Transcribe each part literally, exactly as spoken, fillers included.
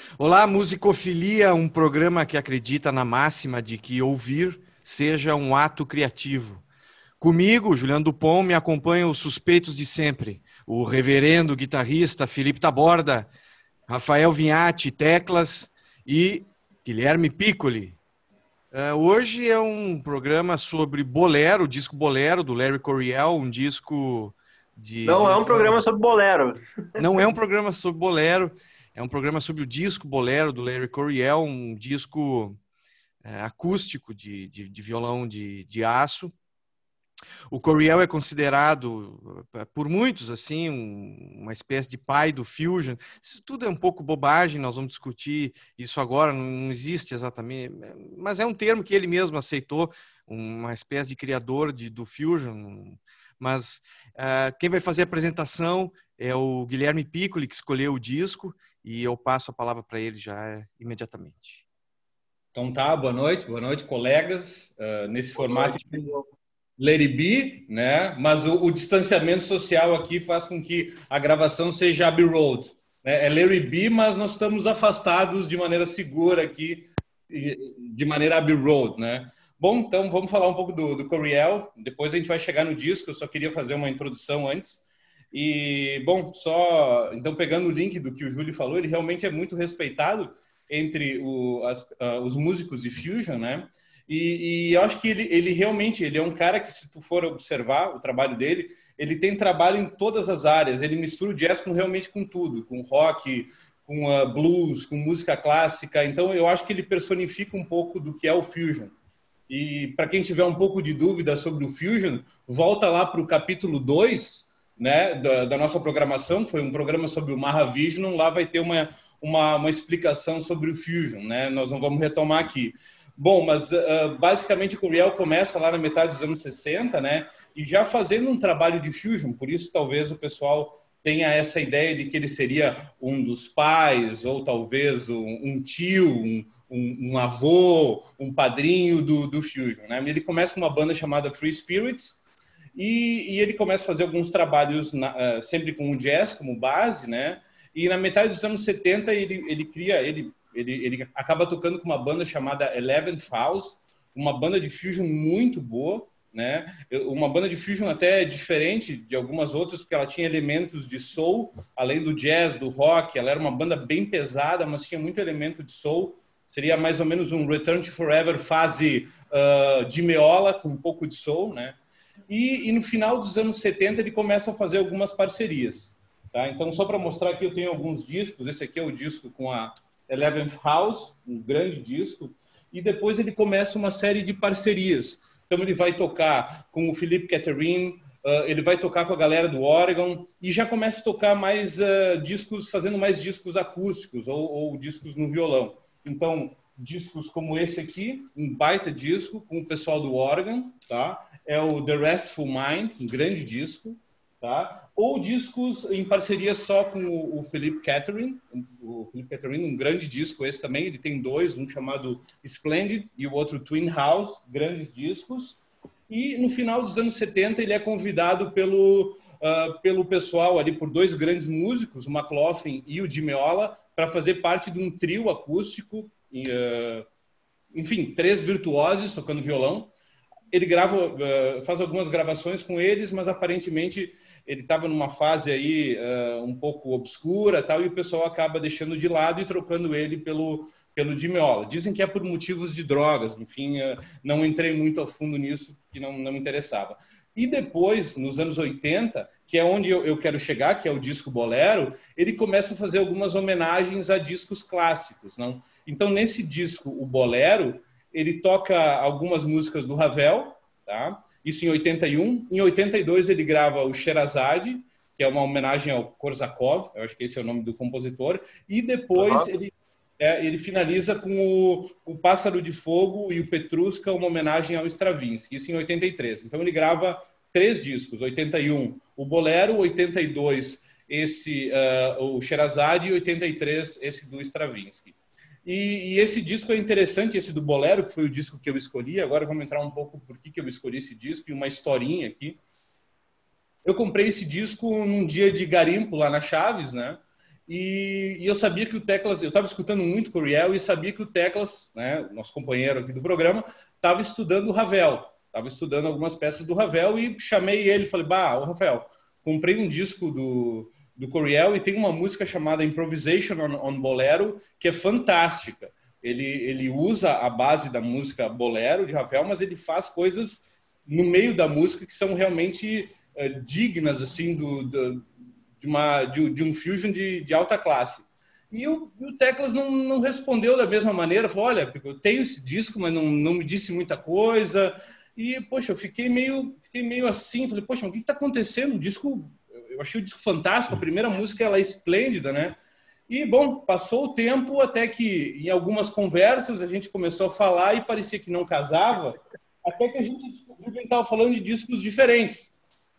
Olá, Musicofilia, um programa que acredita na máxima de que ouvir seja um ato criativo. Comigo, Juliano Dupont, me acompanham os suspeitos de sempre, o reverendo guitarrista Felipe Taborda, Rafael Vinhati, teclas, e Guilherme Piccoli. Uh, hoje é um programa sobre bolero, o disco Bolero, do Larry Coryell, um disco de... Não de... é um programa sobre bolero. Não é um programa sobre bolero, é um programa sobre o disco Bolero, do Larry Coryell, um disco é, acústico de, de, de violão de, de aço. O Coryell é considerado por muitos assim um, uma espécie de pai do fusion. Isso tudo é um pouco bobagem, nós vamos discutir isso agora, não existe exatamente, mas é um termo que ele mesmo aceitou, uma espécie de criador de, do fusion. Mas uh, quem vai fazer a apresentação é o Guilherme Piccoli, que escolheu o disco, e eu passo a palavra para ele já imediatamente. Então tá, boa noite, boa noite, colegas. Uh, nesse Boa formato noite. Let It Be, né? Mas o, o distanciamento social aqui faz com que a gravação seja Abbey Road. Né? É Let It Be, mas nós estamos afastados de maneira segura aqui, de maneira Abbey Road, né? Bom, então vamos falar um pouco do, do Coryell, depois a gente vai chegar no disco, eu só queria fazer uma introdução antes. E, bom, só... Então, pegando o link do que o Júlio falou, ele realmente é muito respeitado entre o, as, uh, os músicos de fusion, né? E, e eu acho que ele, ele realmente ele é um cara que, se tu for observar o trabalho dele, ele tem trabalho em todas as áreas. Ele mistura o jazz com, realmente com tudo, com rock, com uh, blues, com música clássica. Então, eu acho que ele personifica um pouco do que é o fusion. E para quem tiver um pouco de dúvida sobre o fusion, volta lá para o capítulo dois, né, da, da nossa programação, que foi um programa sobre o Mahavishnu. Lá vai ter uma, uma, uma explicação sobre o fusion, né? Nós não vamos retomar aqui. Bom, mas uh, basicamente o Coryell começa lá na metade dos anos sessenta, né? E já fazendo um trabalho de fusion, por isso talvez o pessoal tenha essa ideia de que ele seria um dos pais, ou talvez um, um tio, um, um, um avô, um padrinho do, do fusion, né? Ele começa com uma banda chamada Free Spirits, e, e ele começa a fazer alguns trabalhos na, uh, sempre com o jazz como base, né? E na metade dos anos setenta ele, ele cria... ele Ele, ele acaba tocando com uma banda chamada Eleventh House, uma banda de fusion muito boa, né? Uma banda de fusion até diferente de algumas outras, porque ela tinha elementos de soul, além do jazz, do rock. Ela era uma banda bem pesada, mas tinha muito elemento de soul. Seria mais ou menos um Return to Forever fase uh, de meola, com um pouco de soul, né? E, e no final dos anos setenta ele começa a fazer algumas parcerias. Tá? Então, só para mostrar aqui, eu tenho alguns discos. Esse aqui é o disco com a Eleventh House, um grande disco, e depois ele começa uma série de parcerias. Então ele vai tocar com o Philip Catherine, uh, ele vai tocar com a galera do Oregon, e já começa a tocar mais uh, discos, fazendo mais discos acústicos, ou, ou discos no violão. Então, discos como esse aqui, um baita disco, com o pessoal do Oregon, tá? É o The Restful Mind, um grande disco, tá? Ou discos em parceria só com o Philip Catherine, o Philip Catherine, um grande disco esse também, ele tem dois, um chamado Splendid e o outro Twin House, grandes discos. E no final dos anos setenta ele é convidado pelo, uh, pelo pessoal ali, por dois grandes músicos, o McLaughlin e o Jim Meola, para fazer parte de um trio acústico, e, uh, enfim, três virtuosos tocando violão. Ele grava, uh, faz algumas gravações com eles, mas aparentemente ele estava numa fase aí uh, um pouco obscura, tal, e o pessoal acaba deixando de lado e trocando ele pelo pelo Jim Meola. Dizem que é por motivos de drogas, enfim, uh, não entrei muito a fundo nisso, porque não, não me interessava. E depois, nos anos oitenta, que é onde eu, eu quero chegar, que é o disco Bolero, ele começa a fazer algumas homenagens a discos clássicos, não? Então, nesse disco, o Bolero, ele toca algumas músicas do Ravel, tá? Isso em oitenta e um. Em oitenta e dois ele grava o Sherazade, que é uma homenagem ao Korsakov, eu acho que esse é o nome do compositor, e depois uhum. ele, é, ele finaliza com o, o Pássaro de Fogo e o Petrushka, uma homenagem ao Stravinsky, isso em oitenta e três. Então ele grava três discos, oitenta e um o Bolero, oitenta e dois esse, uh, o Sherazade e oitenta e três esse do Stravinsky. E, e esse disco é interessante, esse do Bolero, que foi o disco que eu escolhi. Agora vamos entrar um pouco por que, que eu escolhi esse disco e uma historinha aqui. Eu comprei esse disco num dia de garimpo lá na Chaves, né? E, e eu sabia que o Teclas, eu estava escutando muito Coriel e sabia que o Teclas, né, nosso companheiro aqui do programa, estava estudando o Ravel, estava estudando algumas peças do Ravel e chamei ele, falei, bah, ô Rafael, comprei um disco do, do Coriel e tem uma música chamada Improvisation on, on Bolero, que é fantástica. Ele, ele usa a base da música Bolero de Ravel, mas ele faz coisas no meio da música que são realmente uh, dignas, assim, do, do De, uma, de, de um fusion de, de alta classe. E o, o Teclas não, não respondeu da mesma maneira, falou, olha, eu tenho esse disco, mas não, não me disse muita coisa. E, poxa, eu fiquei meio, fiquei meio assim, falei, poxa, mas o que está acontecendo? O disco, eu achei o disco fantástico, a primeira música ela é esplêndida, né? E, bom, passou o tempo até que, em algumas conversas, a gente começou a falar e parecia que não casava, até que a gente descobriu que a gente estava falando de discos diferentes.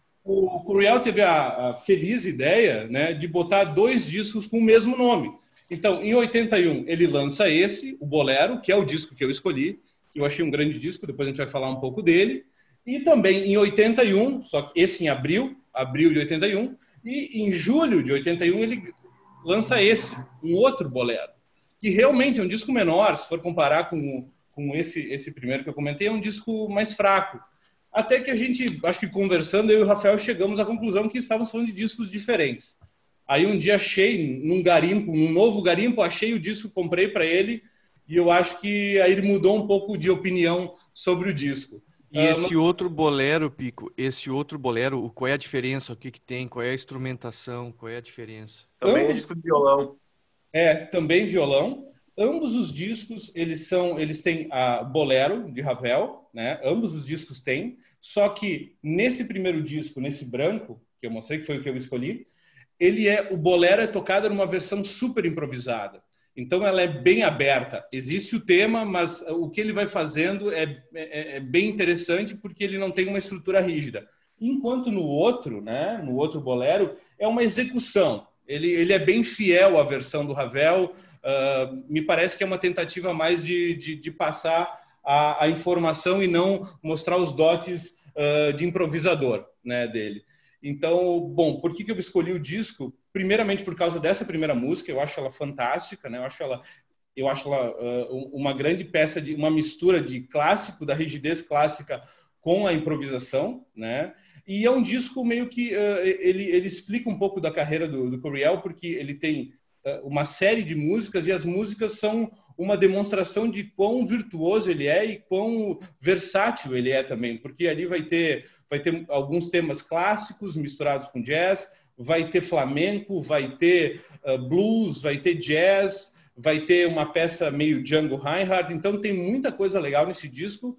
O Coriel teve a, a feliz ideia, né, de botar dois discos com o mesmo nome. Então, em oitenta e um, ele lança esse, o Bolero, que é o disco que eu escolhi, que eu achei um grande disco, depois a gente vai falar um pouco dele. E também em oitenta e um, só que esse em abril, abril de oitenta e um, e em julho de oitenta e um ele lança esse, um outro Bolero, que realmente é um disco menor, se for comparar com, com esse, esse primeiro que eu comentei, é um disco mais fraco. Até que a gente, acho que conversando, eu e o Rafael chegamos à conclusão que estávamos falando de discos diferentes. Aí um dia achei, num garimpo, num novo garimpo, achei o disco, comprei para ele, e eu acho que aí ele mudou um pouco de opinião sobre o disco. E uh, esse mas... outro bolero, Pico, esse outro bolero, qual é a diferença? O que, que tem? Qual é a instrumentação? Qual é a diferença? Também é disco de violão. É, também violão. Ambos os discos, eles são, eles têm a Bolero, de Ravel, né? Ambos os discos têm, só que nesse primeiro disco, nesse branco, que eu mostrei, que foi o que eu escolhi, ele é, o Bolero é tocado numa versão super improvisada. Então ela é bem aberta. Existe o tema, mas o que ele vai fazendo é, é, é bem interessante porque ele não tem uma estrutura rígida. Enquanto no outro, né, no outro Bolero, é uma execução. Ele, ele é bem fiel à versão do Ravel. Uh, me parece que é uma tentativa mais de, de, de passar a, a informação e não mostrar os dotes uh, de improvisador, né, dele. Então, bom, por que, que eu escolhi o disco? Primeiramente por causa dessa primeira música, eu acho ela fantástica, né? Eu acho ela, eu acho ela uh, uma grande peça, de uma mistura de clássico, da rigidez clássica com a improvisação, né? E é um disco meio que uh, ele, ele explica um pouco da carreira do, do Coriel, porque ele tem uh, uma série de músicas e as músicas são uma demonstração de quão virtuoso ele é e quão versátil ele é também, porque ali vai ter vai ter alguns temas clássicos misturados com jazz, vai ter flamenco, vai ter uh, blues, vai ter jazz, vai ter uma peça meio Django Reinhardt, então tem muita coisa legal nesse disco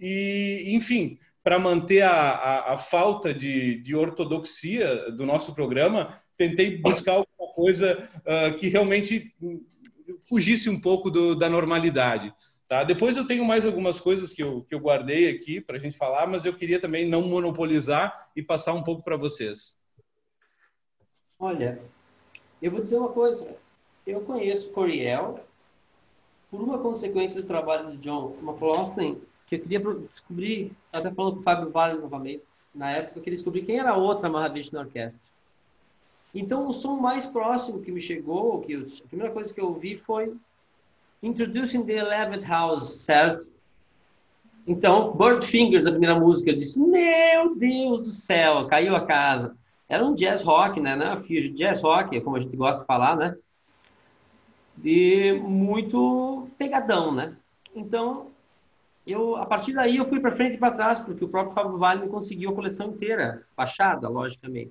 e, enfim, para manter a, a, a falta de, de ortodoxia do nosso programa, tentei buscar alguma coisa uh, que realmente fugisse um pouco do, da normalidade. Tá? Depois eu tenho mais algumas coisas que eu, que eu guardei aqui para a gente falar, mas eu queria também não monopolizar e passar um pouco para vocês. Olha, eu vou dizer uma coisa. Eu conheço Coriel por uma consequência do trabalho do John McLaughlin, que eu queria descobrir, até falando com o Fábio Vale novamente, na época, eu queria descobrir quem era a outra Mahavishnu Orquestra. Então, o som mais próximo que me chegou, que eu, a primeira coisa que eu ouvi foi Introducing the Eleventh House, certo? Então, Bird Fingers, a primeira música, eu disse, meu Deus do céu, caiu a casa. Era um jazz rock, né? Não, fusion, jazz rock, como a gente gosta de falar, né? E muito pegadão, né? Então, eu, a partir daí eu fui para frente e para trás, porque o próprio Fábio Vale me conseguiu a coleção inteira, baixada, logicamente.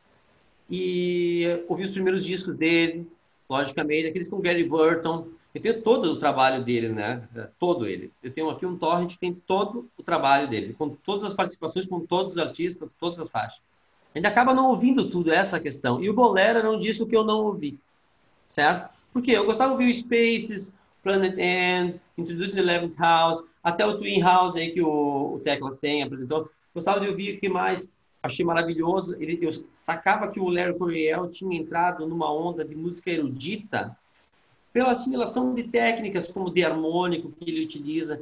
E ouvi os primeiros discos dele, logicamente, aqueles com Gary Burton. Eu tenho todo o trabalho dele, né? Todo ele. Eu tenho aqui um torrent que tem todo o trabalho dele, com todas as participações, com todos os artistas, todas as faixas. A gente acaba não ouvindo tudo, essa questão. E o Bolero era um disco que eu não ouvi, certo? Porque eu gostava de ouvir o Spaces, Planet End, Introduce the Eleventh House, até o Twin House aí que o, o Teclas tem, apresentou. Gostava de ouvir o que mais achei maravilhoso. Ele, eu sacava que o Larry Coryell tinha entrado numa onda de música erudita pela assimilação de técnicas como de harmônico que ele utiliza,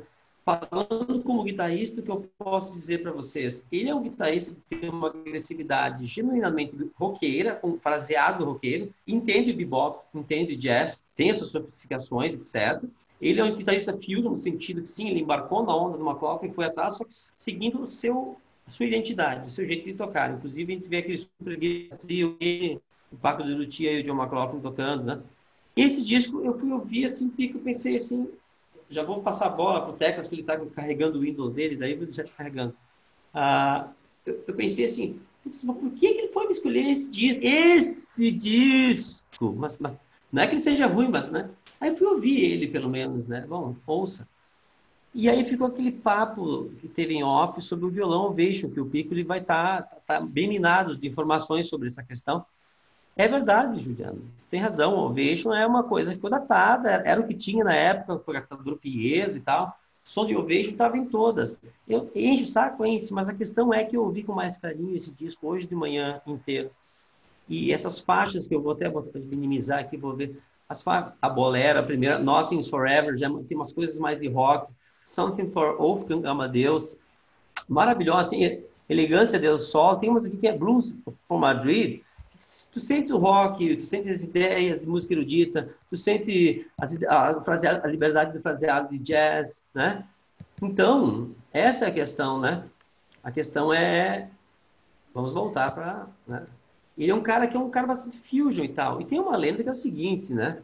falando como guitarrista, o que eu posso dizer para vocês? Ele é um guitarrista que tem uma agressividade genuinamente roqueira, um fraseado roqueiro, entende bebop, entende jazz, tem as suas sofisticações, etcétera. Ele é um guitarrista fusion, no sentido que, sim, ele embarcou na onda do McLaughlin e foi atrás, só que seguindo o seu, a sua identidade, o seu jeito de tocar. Inclusive, a gente vê aquele super trio, o Paco de Lucia e o John McLaughlin tocando, né? Esse disco, eu fui ouvir, assim, porque eu pensei, assim, já vou passar a bola para o Teclas, que ele está carregando o Windows dele, daí eu vou deixar ele carregando. Ah, eu, eu pensei assim, mas por que, que ele foi me escolher esse disco? Esse disco! Mas, mas, não é que ele seja ruim, mas, né? Aí eu fui ouvir ele, pelo menos, né? Bom, ouça. E aí ficou aquele papo que teve em off sobre o violão Ovation, que o Pico ele vai estar tá, tá bem minado de informações sobre essa questão. É verdade, Juliano. Tem razão. O Ovation é uma coisa que ficou datada. Era o que tinha na época, foi a do Pies e tal. O som de Ovation estava em todas. Eu encho o saco, enche, mas a questão é que eu ouvi com mais carinho esse disco hoje de manhã inteiro. E essas faixas que eu vou até minimizar aqui, vou ver. As fa... A Bolera, a primeira, Nothing's Forever, já tem umas coisas mais de rock. Something for Wolfgang Amadeus. Maravilhosa. Tem Elegância del Sol. Tem umas aqui que é Blues for Madrid. Tu sente o rock, tu sente as ideias de música erudita, tu sente as, a, a liberdade do fraseado de jazz, né? Então, essa é a questão, né? A questão é... Vamos voltar para... Né? Ele é um cara que é um cara bastante fusion e tal. E tem uma lenda que é o seguinte, né?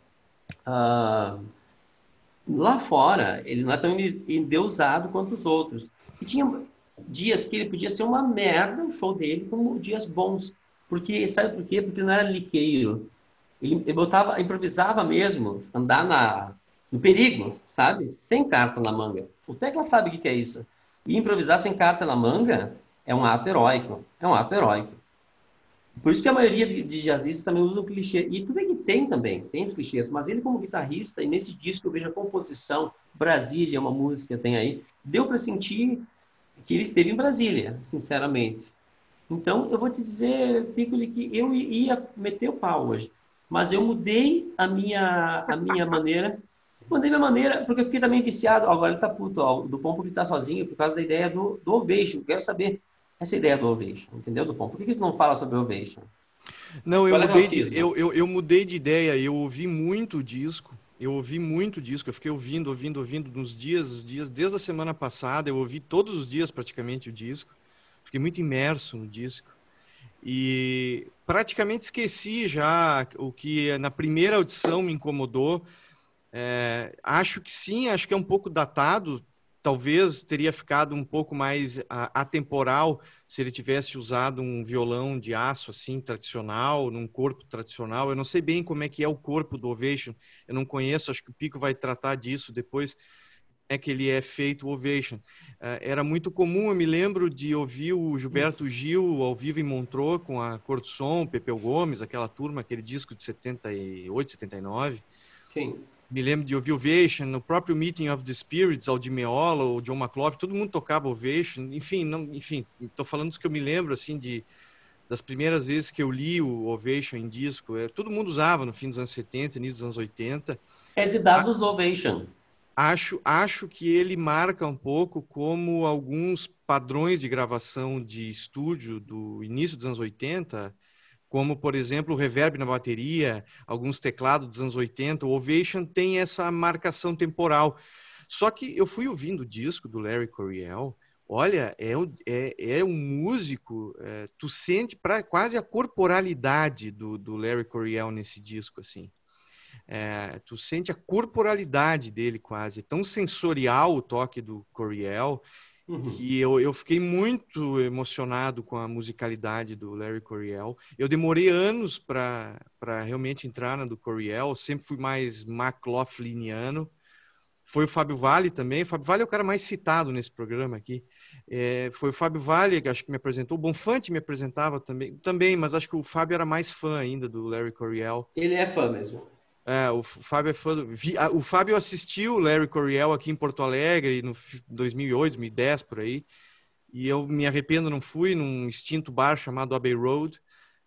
Ah, lá fora, ele não é tão endeusado quanto os outros. E tinha dias que ele podia ser uma merda, o show dele, como dias bons. Porque, sabe por quê? Porque não era liqueiro. Ele, ele botava, improvisava mesmo, andar na, no perigo, sabe? Sem carta na manga. O Tecla sabe o que é isso. E improvisar sem carta na manga é um ato heróico. É um ato heróico. Por isso que a maioria de, de jazzistas também usam clichê. E tudo bem que tem também, tem os clichês. Mas ele como guitarrista, e nesse disco eu vejo a composição, Brasília, uma música tem aí, deu para sentir que ele esteve em Brasília, sinceramente. Então, eu vou te dizer, Piccoli, que eu ia meter o pau hoje. Mas eu mudei a minha, a minha maneira. Mudei minha maneira, porque eu fiquei também viciado. Agora ele tá puto, ó, do Pom, porque ele tá sozinho, por causa da ideia do, do Ovation. Quero saber essa ideia do Ovation, entendeu, do Pom? Por que, que tu não fala sobre o Ovation? Não, eu Qual é mudei, de, racismo? eu, eu, eu mudei de ideia. Eu ouvi muito o disco. Eu ouvi muito o disco. Eu fiquei ouvindo, ouvindo, ouvindo nos dias, os dias, desde a semana passada. Eu ouvi todos os dias praticamente o disco. Fiquei muito imerso no disco. E praticamente esqueci já o que na primeira audição me incomodou. É, acho que sim, acho que é um pouco datado. Talvez teria ficado um pouco mais atemporal se ele tivesse usado um violão de aço assim tradicional, num corpo tradicional. Eu não sei bem como é que é o corpo do Ovation. Eu não conheço, acho que o Pico vai tratar disso depois. É que ele é feito o Ovation. Uh, era muito comum, eu me lembro de ouvir o Gilberto Gil ao vivo em Montreux com a Cor do Som, Pepeu Gomes, aquela turma, aquele disco de setenta e oito, setenta e nove. Sim. Me lembro de ouvir Ovation, no próprio Meeting of the Spirits, Al Di Meola, o John McLaughlin, todo mundo tocava Ovation. Enfim, não, enfim, estou falando dos que eu me lembro, assim, de, das primeiras vezes que eu li o Ovation em disco. É, todo mundo usava no fim dos anos setenta, início dos anos oitenta. É de dados Ovation. Acho, acho que ele marca um pouco como alguns padrões de gravação de estúdio do início dos anos oitenta, como, por exemplo, o reverb na bateria, alguns teclados dos anos oitenta. O Ovation tem essa marcação temporal. Só que eu fui ouvindo o disco do Larry Coryell, olha, é, é, é um músico, é, tu sente pra, quase a corporalidade do, do Larry Coryell nesse disco, assim. É, tu sente a corporalidade dele quase, tão sensorial o toque do Coryell, uhum. que eu, eu fiquei muito emocionado com a musicalidade do Larry Coryell. Eu demorei anos para realmente entrar na do Coryell, sempre fui mais McLaughliniano. Foi o Fábio Vale também. O Fábio Vale é o cara mais citado nesse programa aqui. É, foi o Fábio Vale que acho que me apresentou. O Bonfante me apresentava também, também, mas acho que o Fábio era mais fã ainda do Larry Coryell. Ele é fã mesmo. É, o Fábio é fã do... O Fábio assistiu o Larry Coryell aqui em Porto Alegre no dois mil e oito, dois mil e dez, por aí. E eu me arrependo, não fui, num extinto bar chamado Abbey Road.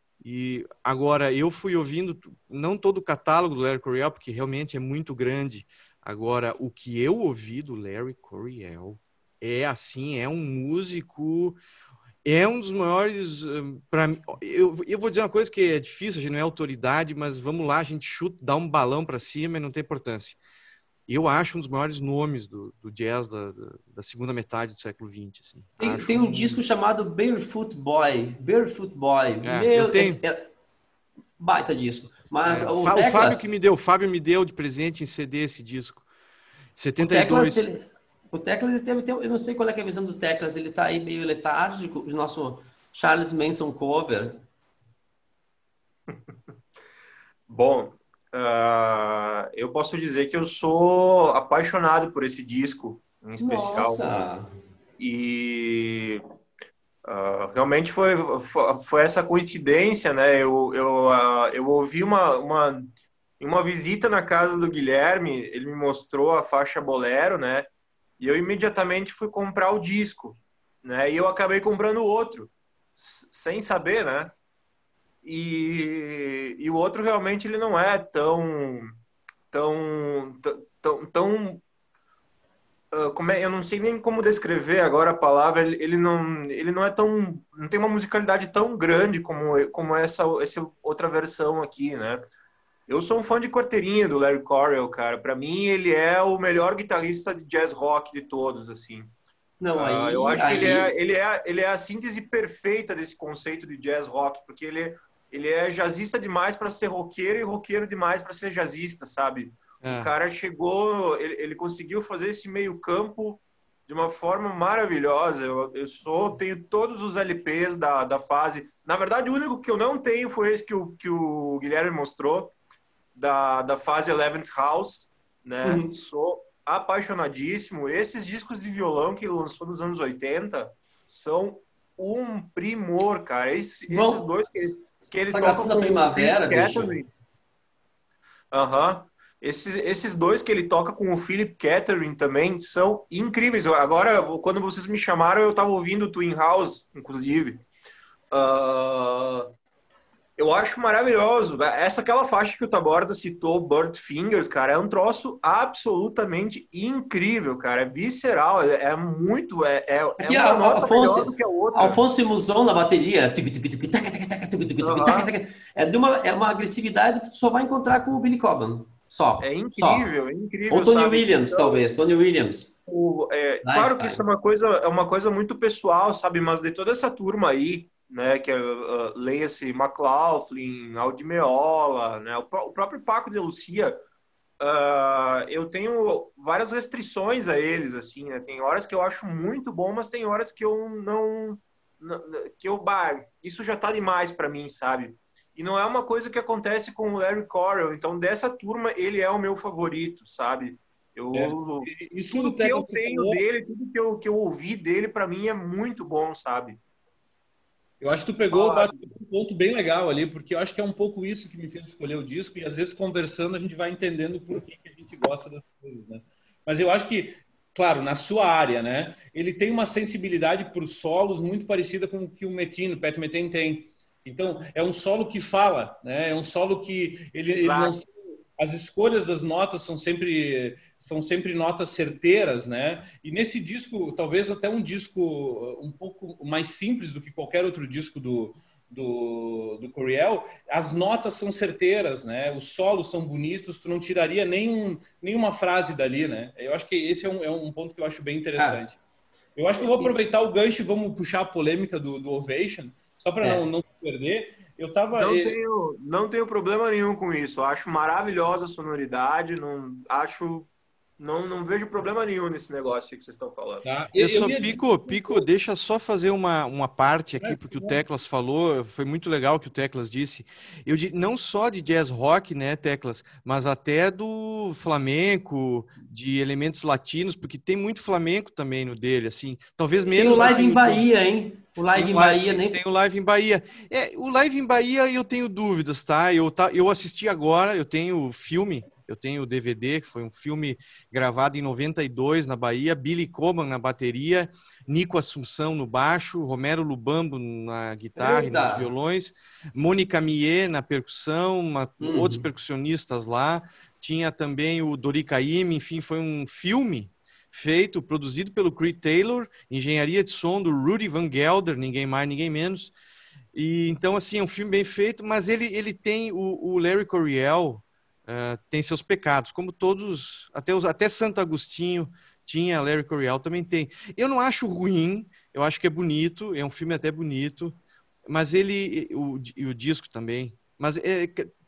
E agora, eu fui ouvindo, não todo o catálogo do Larry Coryell, porque realmente é muito grande, Agora, o que eu ouvi do Larry Coryell é assim, é um músico, é um dos maiores, para mim, eu, eu vou dizer uma coisa que é difícil, a gente não é autoridade, mas vamos lá, a gente chuta, dá um balão para cima e não tem importância. Eu acho um dos maiores nomes do, do jazz da, da, da segunda metade do século vinte. Assim. Tem, tem um, um disco chamado Barefoot Boy. Barefoot Boy. É, Meu, eu tenho. É, é, baita disco. Mas é, o, o Teclas, Fábio que me deu, o Fábio me deu de presente em C D esse disco. setenta e O dois. Teclas, ele, o Teclas ele teve, tem, eu não sei qual é, que é a visão do Teclas, ele tá aí meio letárgico, o nosso Charles Manson cover. Bom, uh, eu posso dizer que eu sou apaixonado por esse disco, em especial. Nossa! E uh, realmente foi, foi, foi essa coincidência, né? Eu, eu, uh, eu ouvi uma, uma, uma visita na casa do Guilherme, ele me mostrou a faixa Bolero, né? E eu imediatamente fui comprar o disco, né? E eu acabei comprando outro, sem saber, né? E, e o outro realmente ele não é tão tão tão, tão uh, como é, eu não sei nem como descrever agora a palavra, ele, ele não ele não é tão, não tem uma musicalidade tão grande como como essa essa outra versão aqui, né? Eu sou um fã de carteirinha do Larry Coryell, cara. Para mim ele é o melhor guitarrista de jazz rock de todos, assim. Não, aí, uh, eu acho aí... que ele é ele é ele é a síntese perfeita desse conceito de jazz rock, porque ele Ele é jazzista demais para ser roqueiro e roqueiro demais para ser jazzista, sabe? É. O cara chegou, ele, ele conseguiu fazer esse meio campo de uma forma maravilhosa. Eu, eu sou, tenho todos os L Ps da, da fase. Na verdade, o único que eu não tenho foi esse que o, que o Guilherme mostrou, da, da fase Eleventh House, né? Uhum. Sou apaixonadíssimo. Esses discos de violão que ele lançou nos anos oitenta são um primor, cara. Esses, esses dois que ele... que ele toca com da primavera, bicho. Aham. Uhum. Esses, esses dois que ele toca com o Philip Catherine também são incríveis. Agora, quando vocês me chamaram, eu estava ouvindo o Twin House, inclusive. Uh, eu acho maravilhoso. Essa aquela faixa que o Taborda citou, Bird Fingers, cara, é um troço absolutamente incrível, cara. É visceral, é, é muito, é, é, é uma a, nota Alfonso, melhor do que a outra. Alfonso e Musão na bateria. Uhum. É, de uma, é uma agressividade que tu só vai encontrar com o Billy Cobham. Só. É incrível, só. é incrível. Ou Tony sabe? Williams, então, talvez. Tony Williams. O, é, claro que isso é uma coisa, é uma coisa muito pessoal, sabe? Mas de toda essa turma aí, né, que é uh, leia-se McLaughlin, Aldi Meola, né, o, o próprio Paco de Lucia, uh, eu tenho várias restrições a eles, assim, né? Tem horas que eu acho muito bom, mas tem horas que eu não, não que eu, bah, isso já tá demais para mim, sabe? E não é uma coisa que acontece com o Larry Coryell, então dessa turma ele é o meu favorito, sabe? Eu, é. Isso tudo que eu tenho falou... dele, tudo que eu, que eu ouvi dele, para mim é muito bom, sabe? Eu acho que tu pegou ah, um ponto bem legal ali, porque eu acho que é um pouco isso que me fez escolher o disco, e às vezes conversando a gente vai entendendo por que, que a gente gosta das coisas, né? Mas eu acho que, claro, na sua área, né, ele tem uma sensibilidade para os solos muito parecida com o que o Metheny, o Pat Metheny tem. Então, é um solo que fala, né? É um solo que ele, ele não, as escolhas das notas são sempre são sempre notas certeiras, né? E nesse disco, talvez até um disco um pouco mais simples do que qualquer outro disco do do, do Coryell, as notas são certeiras, né? Os solos são bonitos, tu não tiraria nenhum, nenhuma frase dali, né? Eu acho que esse é um, é um ponto que eu acho bem interessante. Ah, eu acho que eu vou aproveitar o gancho e vamos puxar a polêmica do, do Ovation, só para é. não, não se perder. Eu tava... Não tenho, não tenho problema nenhum com isso. Eu acho maravilhosa a sonoridade. Não, acho, não, não vejo problema nenhum nesse negócio que vocês estão falando. Tá. Eu, eu só, Pico, dizer... Pico, deixa só fazer uma, uma parte aqui, porque o Teclas falou, foi muito legal o que o Teclas disse. Eu não só de jazz rock, né, Teclas, mas até do flamenco, de elementos latinos, porque tem muito flamenco também no dele, assim. Talvez menos... Tem o Live em Bahia, hein? O Live tem em o Bahia live, nem... tem o Live em Bahia. É, o Live em Bahia eu tenho dúvidas, tá? Eu, tá, eu assisti agora, eu tenho o filme, eu tenho o D V D, que foi um filme gravado em noventa e dois na Bahia, Billy Coban na bateria, Nico Assunção no baixo, Romero Lubambo na guitarra Eita. e nos violões, Mônica Mier na percussão, uma, Uhum. outros percussionistas lá, tinha também o Dori Caymmi, enfim, foi um filme feito, produzido pelo Creed Taylor, engenharia de som do Rudy Van Gelder, ninguém mais, ninguém menos. E então, assim, é um filme bem feito, mas ele, ele tem, o, o Larry Coryell uh, tem seus pecados, como todos, até, os, até Santo Agostinho tinha, Larry Coryell também tem. Eu não acho ruim, eu acho que é bonito, é um filme até bonito, mas ele, o, e o disco também, mas é,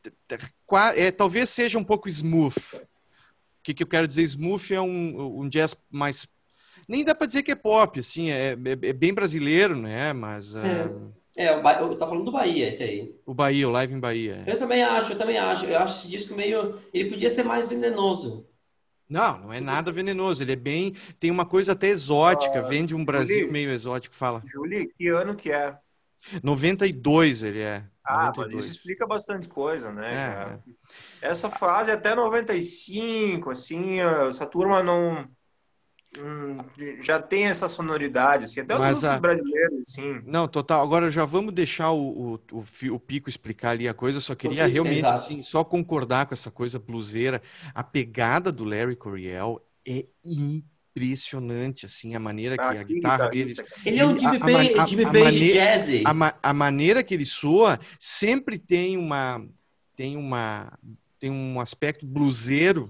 é, talvez seja um pouco smooth. O que, que eu quero dizer? Smooth é um, um jazz mais... Nem dá para dizer que é pop, assim, é, é, é bem brasileiro, né? Mas... É, Uh... é o ba... eu tô falando do Bahia, esse aí. O Bahia, o Live em Bahia. É. Eu também acho, eu também acho. Eu acho esse disco meio... Ele podia ser mais venenoso. Não, não é nada venenoso. Ele é bem... Tem uma coisa até exótica. Uh, Vem de um Brasil Julie, meio exótico. Fala. Julie, que ano que é? noventa e dois ele é. Ah, noventa e dois. mas isso explica bastante coisa, né? É, já. é. Essa fase até noventa e cinco, assim, essa turma não... Hum, já tem essa sonoridade, assim, até os Mas músicos a... brasileiros, assim. Não, total. Agora já vamos deixar o, o, o, o Pico explicar ali a coisa. Eu só queria realmente, assim, só concordar com essa coisa bluseira. A pegada do Larry Coryell é impressionante, assim, a maneira que Ah, a que guitarra dele... Ele é um Jimmy a, a, Page, a, Jimmy a, Page mane... jazzy. a, a maneira que ele soa sempre tem uma tem uma tem um aspecto bluseiro,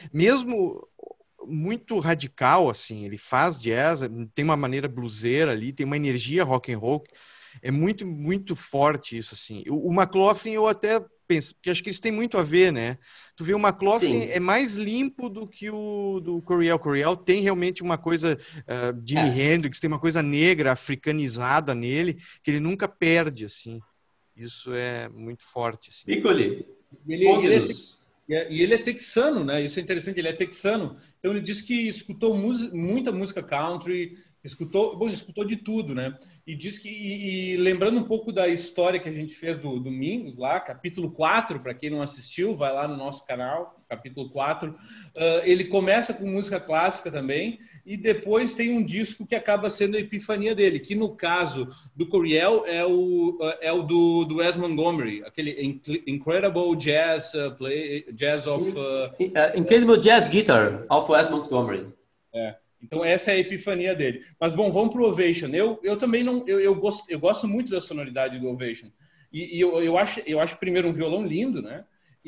mesmo muito radical, assim. Ele faz jazz, tem uma maneira bluseira ali, tem uma energia rock and roll, é muito muito forte isso, assim. O, o McLaughlin eu até penso, porque acho que eles têm muito a ver, né? Tu vê, o McLaughlin Sim. é mais limpo do que o do Coryell. Coryell tem realmente uma coisa, uh, Jimi é. Hendrix, tem uma coisa negra, africanizada nele, que ele nunca perde, assim. Isso é muito forte, assim. Piccoli, ele, ele é, e ele é texano, né? Isso é interessante, ele é texano. Então ele disse que escutou muita música country, escutou, bom, ele escutou de tudo, né? E diz que, e, e lembrando um pouco da história que a gente fez do Domingos lá, capítulo quatro, para quem não assistiu, vai lá no nosso canal, capítulo quatro. Uh, ele começa com música clássica também, e depois tem um disco que acaba sendo a epifania dele, que no caso do Coryell é o, é o do, do Wes Montgomery, aquele Incredible Jazz uh, Play, Jazz of... Uh, Incredible Jazz Guitar, of Wes Montgomery. É. Então essa é a epifania dele. Mas bom, vamos pro Ovation. Eu, eu também não, eu, eu, gosto, eu gosto muito da sonoridade do Ovation. E, e eu, eu acho, eu acho primeiro um violão lindo, né?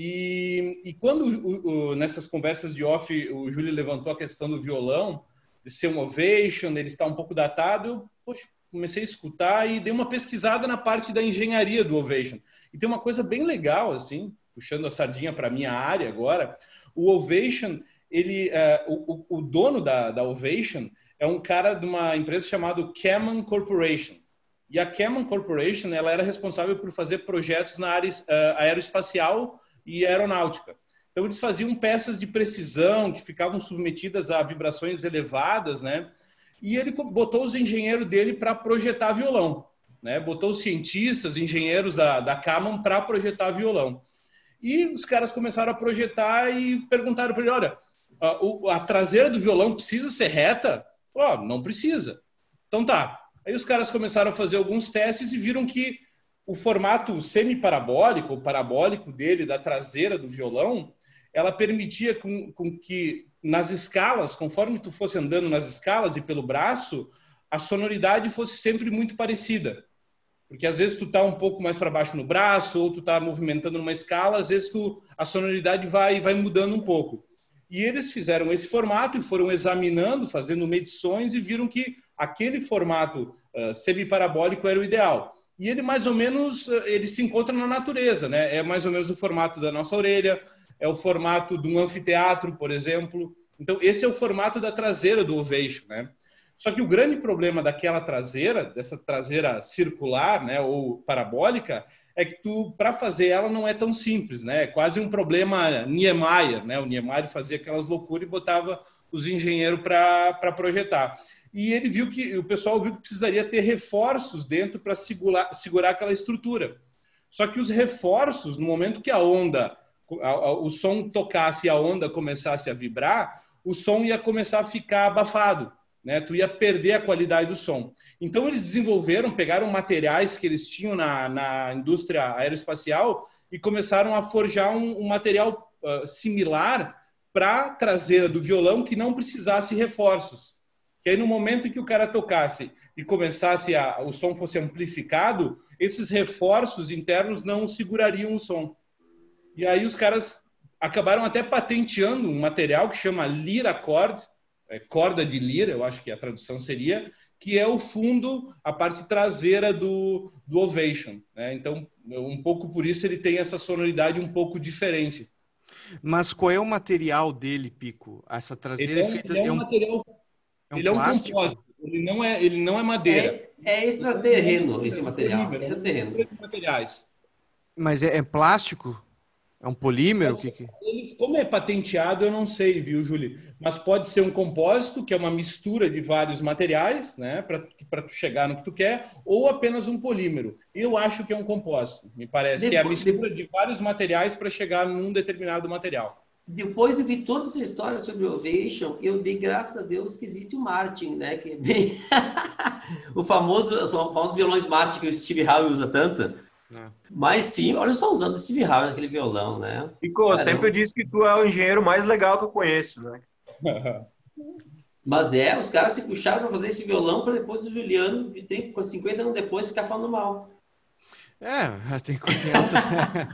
E, e quando o, o, nessas conversas de off o Júlio levantou a questão do violão, de ser um Ovation, ele está um pouco datado, eu poxa, comecei a escutar e dei uma pesquisada na parte da engenharia do Ovation. E tem uma coisa bem legal, assim, puxando a sardinha para a minha área agora, o Ovation, ele, uh, o, o dono da, da Ovation é um cara de uma empresa chamada Kaman Corporation. E a Kaman Corporation, ela era responsável por fazer projetos na área uh, aeroespacial e aeronáutica. Então, eles faziam peças de precisão que ficavam submetidas a vibrações elevadas, né? E ele botou os engenheiros dele para projetar violão, né? Botou os cientistas, engenheiros da, da Kaman para projetar violão. E os caras começaram a projetar e perguntaram para ele, olha, a, a traseira do violão precisa ser reta? Falou, oh, não precisa. Então tá. Aí os caras começaram a fazer alguns testes e viram que o formato semi-parabólico, ou parabólico dele, da traseira do violão, ela permitia com, com que nas escalas, conforme tu fosse andando nas escalas e pelo braço, a sonoridade fosse sempre muito parecida. Porque às vezes tu tá um pouco mais para baixo no braço, ou tu tá movimentando numa escala, às vezes tu, a sonoridade vai, vai mudando um pouco. E eles fizeram esse formato e foram examinando, fazendo medições e viram que aquele formato uh, semi-parabólico era o ideal. E ele mais ou menos, uh, ele se encontra na natureza, né? É mais ou menos o formato da nossa orelha, é o formato de um anfiteatro, por exemplo. Então, esse é o formato da traseira do Ovation, né? Só que o grande problema daquela traseira, dessa traseira circular, né, ou parabólica, é que tu, para fazer ela não é tão simples, né? É quase um problema Niemeyer, né? O Niemeyer fazia aquelas loucuras e botava os engenheiros para projetar. e ele viu que o pessoal viu que precisaria ter reforços dentro para segurar, segurar aquela estrutura. Só que os reforços, no momento que a onda, a, a, o som tocasse e a onda começasse a vibrar, o som ia começar a ficar abafado, né? Tu ia perder a qualidade do som. Então eles desenvolveram, pegaram materiais que eles tinham na, na indústria aeroespacial e começaram a forjar um, um material uh, similar para a traseira do violão que não precisasse reforços. Que aí no momento em que o cara tocasse e começasse a, o som fosse amplificado, esses reforços internos não segurariam o som. E aí os caras acabaram até patenteando um material que chama Lyra Cord, é, corda de lira, eu acho que a tradução seria, que é o fundo, a parte traseira do, do Ovation, né? Então, um pouco por isso ele tem essa sonoridade um pouco diferente. Mas qual é o material dele, Pico? Essa traseira ele é, é feita... Ele é um, é um material... É um ele é um plástico? compósito, ele não é, ele não é madeira. É, é extraterreno esse material. É Extraterreno. materiais. Mas é, é plástico? É um polímero? Pode O que ser- que... Eles, como é patenteado, eu não sei, viu, Júlio? Mas pode ser um compósito, que é uma mistura de vários materiais, né, para tu chegar no que tu quer, ou apenas um polímero. Eu acho que é um compósito, me parece, que é a Depois, mistura de vários materiais para chegar num determinado material. depois de ouvir toda essa história sobre o Ovation, eu dei graças a Deus que existe o Martin, né? Que é bem... o famoso, os famosos violões Martin que o Steve Howe usa tanto. É. Mas sim, olha só usando o Steve Howe naquele violão, né? Pico, Caramba. sempre disse que tu é o engenheiro mais legal que eu conheço, né? Mas é, os caras se puxaram para fazer esse violão para depois o Juliano, de trinta, cinquenta anos depois, ficar falando mal. É, tem tem alto...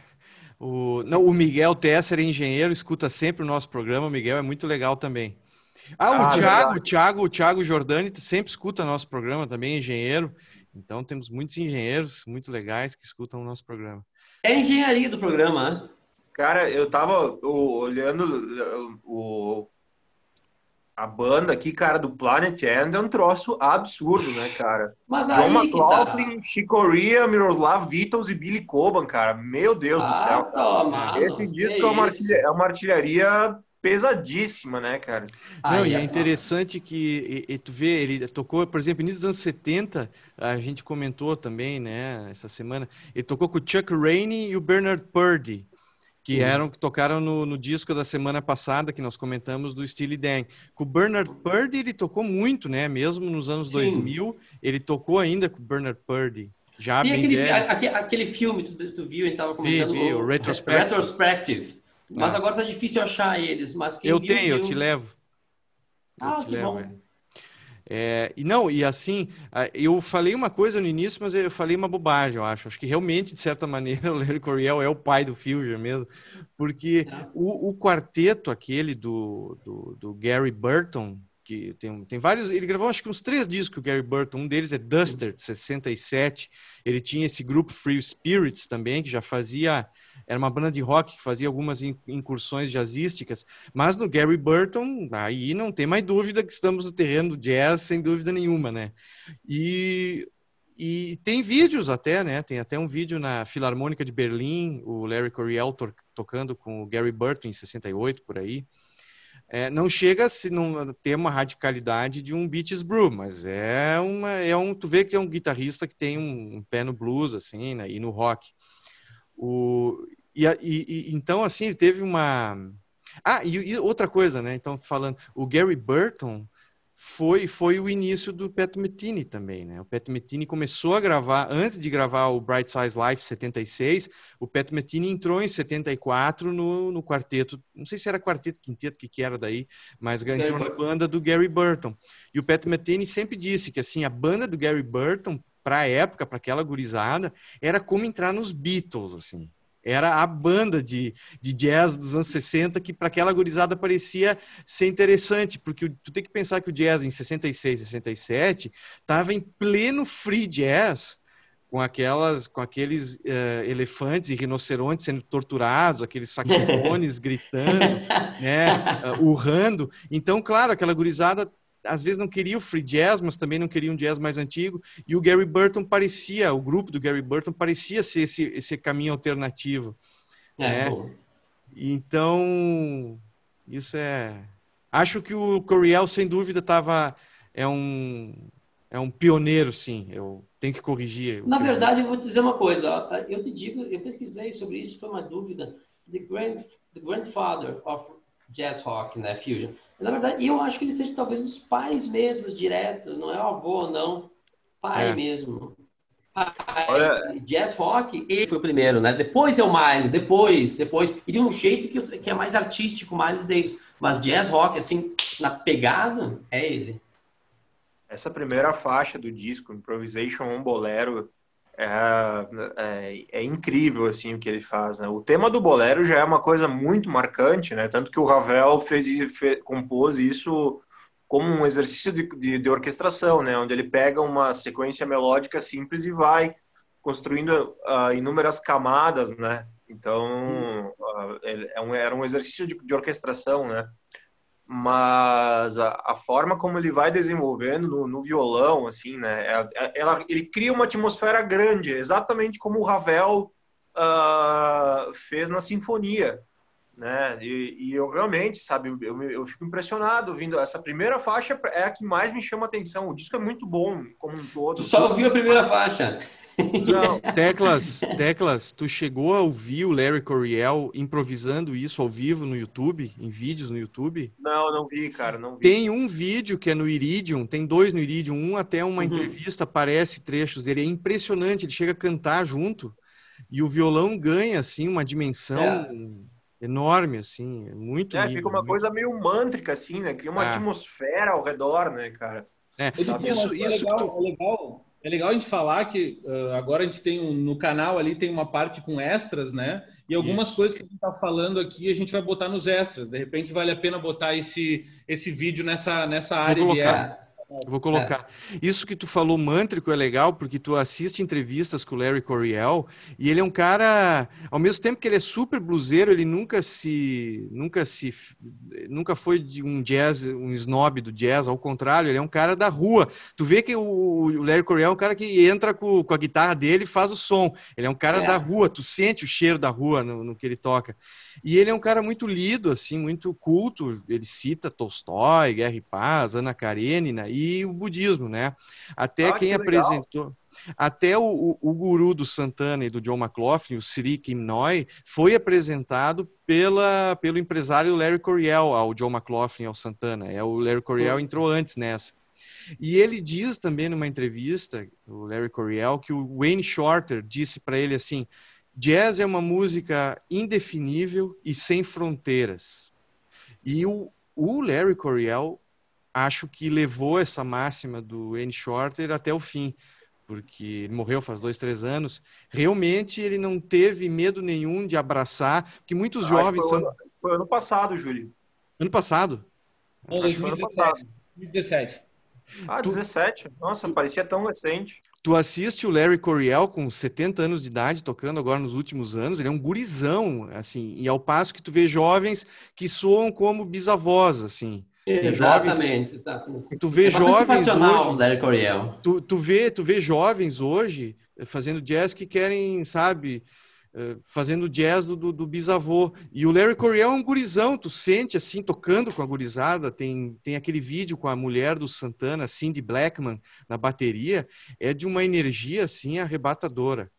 o, não, o Miguel Tesser é engenheiro, escuta sempre o nosso programa. O Miguel é muito legal também. Ah, o Ah, Thiago, o Thiago, o Thiago Giordani sempre escuta nosso programa, também é engenheiro. Então temos muitos engenheiros muito legais que escutam o nosso programa. É a engenharia do programa, né? Cara, eu tava o- olhando o, a banda aqui, cara, do Planet End é um troço absurdo, né, cara? Mas John aí que tá. McLaughlin, Chick Corea, Miroslav Beatles e Billy Coban, cara. Meu Deus do céu, Ah, cara. toma, Esse mano, disco que é uma, isso? artilharia, é uma artilharia pesadíssima, né, cara? Não, Aí e é é foda. interessante que e, e tu vê, ele tocou, por exemplo, início dos anos setenta, a gente comentou também, né, essa semana, ele tocou com o Chuck Rainey e o Bernard Purdie, que Sim. eram que tocaram no, no disco da semana passada, que nós comentamos, do Steely Dan. Com o Bernard Purdie, ele tocou muito, né, mesmo nos anos Sim. dois mil, ele tocou ainda com o Bernard Purdie, já Tem bem aquele, velho. a- aque- aquele filme, tu, tu viu, a gente tava Vi, comentando, vi, o Retrospective. Retrospective. Mas É. agora tá difícil achar eles, mas quem Eu viu, tenho, eu viu. te levo. Eu Ah, te que levo, bom. é. É, e não, e assim, ah, eu falei uma coisa no início, mas eu falei uma bobagem, eu acho. Acho que realmente, de certa maneira, o Larry Coryell é o pai do Fusion mesmo, porque É. o, o quarteto aquele do, do, do Gary Burton, que tem, tem vários, ele gravou acho que uns três discos, o Gary Burton, um deles é Duster, de sessenta e sete, ele tinha esse grupo Free Spirits também, que já fazia, era uma banda de rock que fazia algumas incursões jazzísticas, mas no Gary Burton, aí não tem mais dúvida que estamos no terreno do jazz, sem dúvida nenhuma, né? E, e tem vídeos até, né? Tem até um vídeo na Filarmônica de Berlim, o Larry Coryell to tocando com o Gary Burton em sessenta e oito, por aí. É, não chega a se não ter uma radicalidade de um Beatles Brew, mas é uma, é um, tu vê que é um guitarrista que tem um, um pé no blues, assim, né? E no rock. O, e, e, e, então, assim, ele teve uma... Ah, e, e outra coisa, né? Então, falando, o Gary Burton foi, foi o início do Pat Metheny também, né? O Pat Metheny começou a gravar, antes de gravar o Bright Size Life setenta e seis, o Pat Metheny entrou em setenta e quatro no, no quarteto, não sei se era quarteto, quinteto, o que, que era daí, mas entrou na banda do Gary Burton. E o Pat Metheny sempre disse que, assim, a banda do Gary Burton, para a época, para aquela gurizada, era como entrar nos Beatles, assim. Era a banda de, de jazz dos anos sessenta que para aquela gurizada parecia ser interessante, porque tu tem que pensar que o jazz em sessenta e seis, sessenta e sete estava em pleno free jazz, com aquelas, com aqueles uh, elefantes e rinocerontes sendo torturados, aqueles saxofones gritando, né, uh, urrando. Então, claro, aquela gurizada às vezes não queria o free jazz, mas também não queria um jazz mais antigo, e o Gary Burton parecia, o grupo do Gary Burton parecia ser esse, esse caminho alternativo, É, né? bom. Então, isso é... Acho que o Coryell, sem dúvida, estava é um, é um pioneiro, sim. Eu tenho que corrigir. Na verdade, eu vou te dizer uma coisa. Eu te digo, eu pesquisei sobre isso, foi uma dúvida. The, grand, the grandfather of jazz rock, né, fusion. Na verdade, eu acho que ele seja talvez um dos pais mesmos, direto. Não é o avô, não. Pai é. mesmo. Pai. Olha... Jazz rock, ele foi o primeiro, né? Depois é o Miles, depois, depois. E de um jeito que, que é mais artístico, o Miles Davis. Mas jazz rock, assim, na pegada, é ele. Essa primeira faixa do disco, Improvisation on Bolero, é, é, é incrível, assim, o que ele faz, né? O tema do bolero já é uma coisa muito marcante, né? Tanto que o Ravel fez, fez, compôs isso como um exercício de, de, de orquestração, né? Onde ele pega uma sequência melódica simples e vai construindo uh, inúmeras camadas, né? Então, uh, é um, era um exercício de, de orquestração, né? Mas a, a forma como ele vai desenvolvendo no, no violão, assim, né? Ela, ela, ele cria uma atmosfera grande, exatamente como o Ravel uh, fez na sinfonia, né? E, e eu realmente, sabe, eu, eu fico impressionado ouvindo. Essa primeira faixa é a que mais me chama a atenção. O disco é muito bom, como um todo. Tu só ouviu a primeira faixa? Não. Teclas, Teclas, tu chegou a ouvir o Larry Coryell improvisando isso ao vivo no YouTube, em vídeos no YouTube? Não, não vi, cara, não vi. Tem um vídeo que é no Iridium, tem dois no Iridium, um até uma uhum. entrevista, aparece trechos dele, é impressionante, ele chega a cantar junto, e o violão ganha, assim, uma dimensão é. enorme, assim, é muito É, lindo, fica uma muito... coisa meio mântrica, assim, né, cria uma é. atmosfera ao redor, né, cara. É, isso, isso é legal, tu... é legal. É legal a gente falar que uh, agora a gente tem um, no canal ali tem uma parte com extras, né? E algumas Isso. coisas que a gente está falando aqui a gente vai botar nos extras. De repente vale a pena botar esse, esse vídeo nessa, nessa área de extras. Eu vou colocar. É. Isso que tu falou mântrico é legal, porque tu assiste entrevistas com o Larry Coryell e ele é um cara, ao mesmo tempo que ele é super bluseiro, ele nunca se, nunca se, nunca foi de um jazz, um snob do jazz, ao contrário, ele é um cara da rua. Tu vê que o, o Larry Coryell é um cara que entra com, com a guitarra dele e faz o som. Ele é um cara é. da rua, tu sente o cheiro da rua no, no que ele toca. E ele é um cara muito lido, assim, muito culto. Ele cita Tolstói, Guerra e Paz, Ana Karenina e o budismo, né? Até ah, quem que apresentou, até o, o, o guru do Santana e do John McLaughlin, o Sri Kimnoy, foi apresentado pela, pelo empresário Larry Coryell ao John McLaughlin e ao Santana. É, o Larry Coryell entrou antes nessa. E ele diz também numa entrevista, o Larry Coryell, que o Wayne Shorter disse para ele assim: jazz é uma música indefinível e sem fronteiras. E o, o Larry Coryell, acho que levou essa máxima do Wayne Shorter até o fim, porque ele morreu faz dois, três anos. Realmente ele não teve medo nenhum de abraçar, porque muitos acho jovens... Foi, tão... ano, foi ano passado, Júlio. Ano passado? Não, dois mil e dezessete. dois mil e dezessete. Ah, tu... dezessete? Nossa, tu... parecia tão recente. Tu assiste o Larry Coryell com setenta anos de idade, tocando agora nos últimos anos, ele é um gurizão, assim, e ao passo que tu vê jovens que soam como bisavós, assim. Exatamente, jovens, exatamente. Tu vê é jovens hoje, Larry Coryell. Tu, tu, vê, tu vê jovens hoje fazendo jazz que querem, sabe, fazendo jazz do, do, do bisavô. E o Larry Coryell é um gurizão, tu sente assim, tocando com a gurizada. Tem, tem aquele vídeo com a mulher do Santana, Cindy Blackman, na bateria, é de uma energia assim arrebatadora.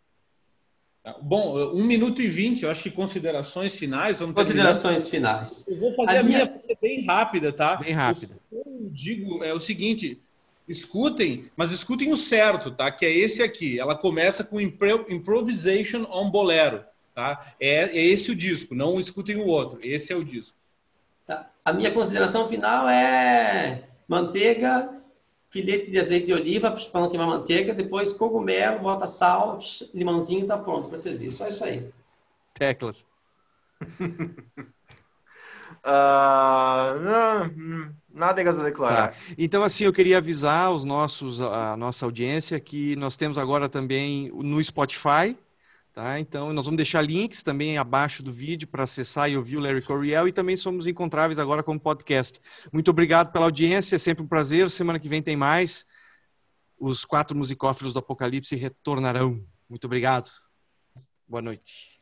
Bom, um minuto e vinte, eu acho que considerações finais. Vamos considerações terminar. finais. Eu vou fazer a, a minha para ser bem rápida, tá? Bem rápida. O que eu digo é o seguinte: escutem, mas escutem o certo, tá? Que é esse aqui. Ela começa com Improvisation on Bolero, tá? É, é esse o disco, não escutem o outro. Esse é o disco. Tá. A minha consideração final é manteiga, filete de azeite de oliva, para não queimar manteiga, depois cogumelo, bota sal, limãozinho, tá pronto para servir. Só isso aí. Teclas. uh, não, nada a declarar. Tá. Então, assim, eu queria avisar os nossos, a nossa audiência que nós temos agora também no Spotify, tá? Então, nós vamos deixar links também abaixo do vídeo para acessar e ouvir o Larry Coryell, e também somos encontráveis agora como podcast. Muito obrigado pela audiência, é sempre um prazer. Semana que vem tem mais. Os quatro musicófilos do Apocalipse retornarão. Muito obrigado. Boa noite.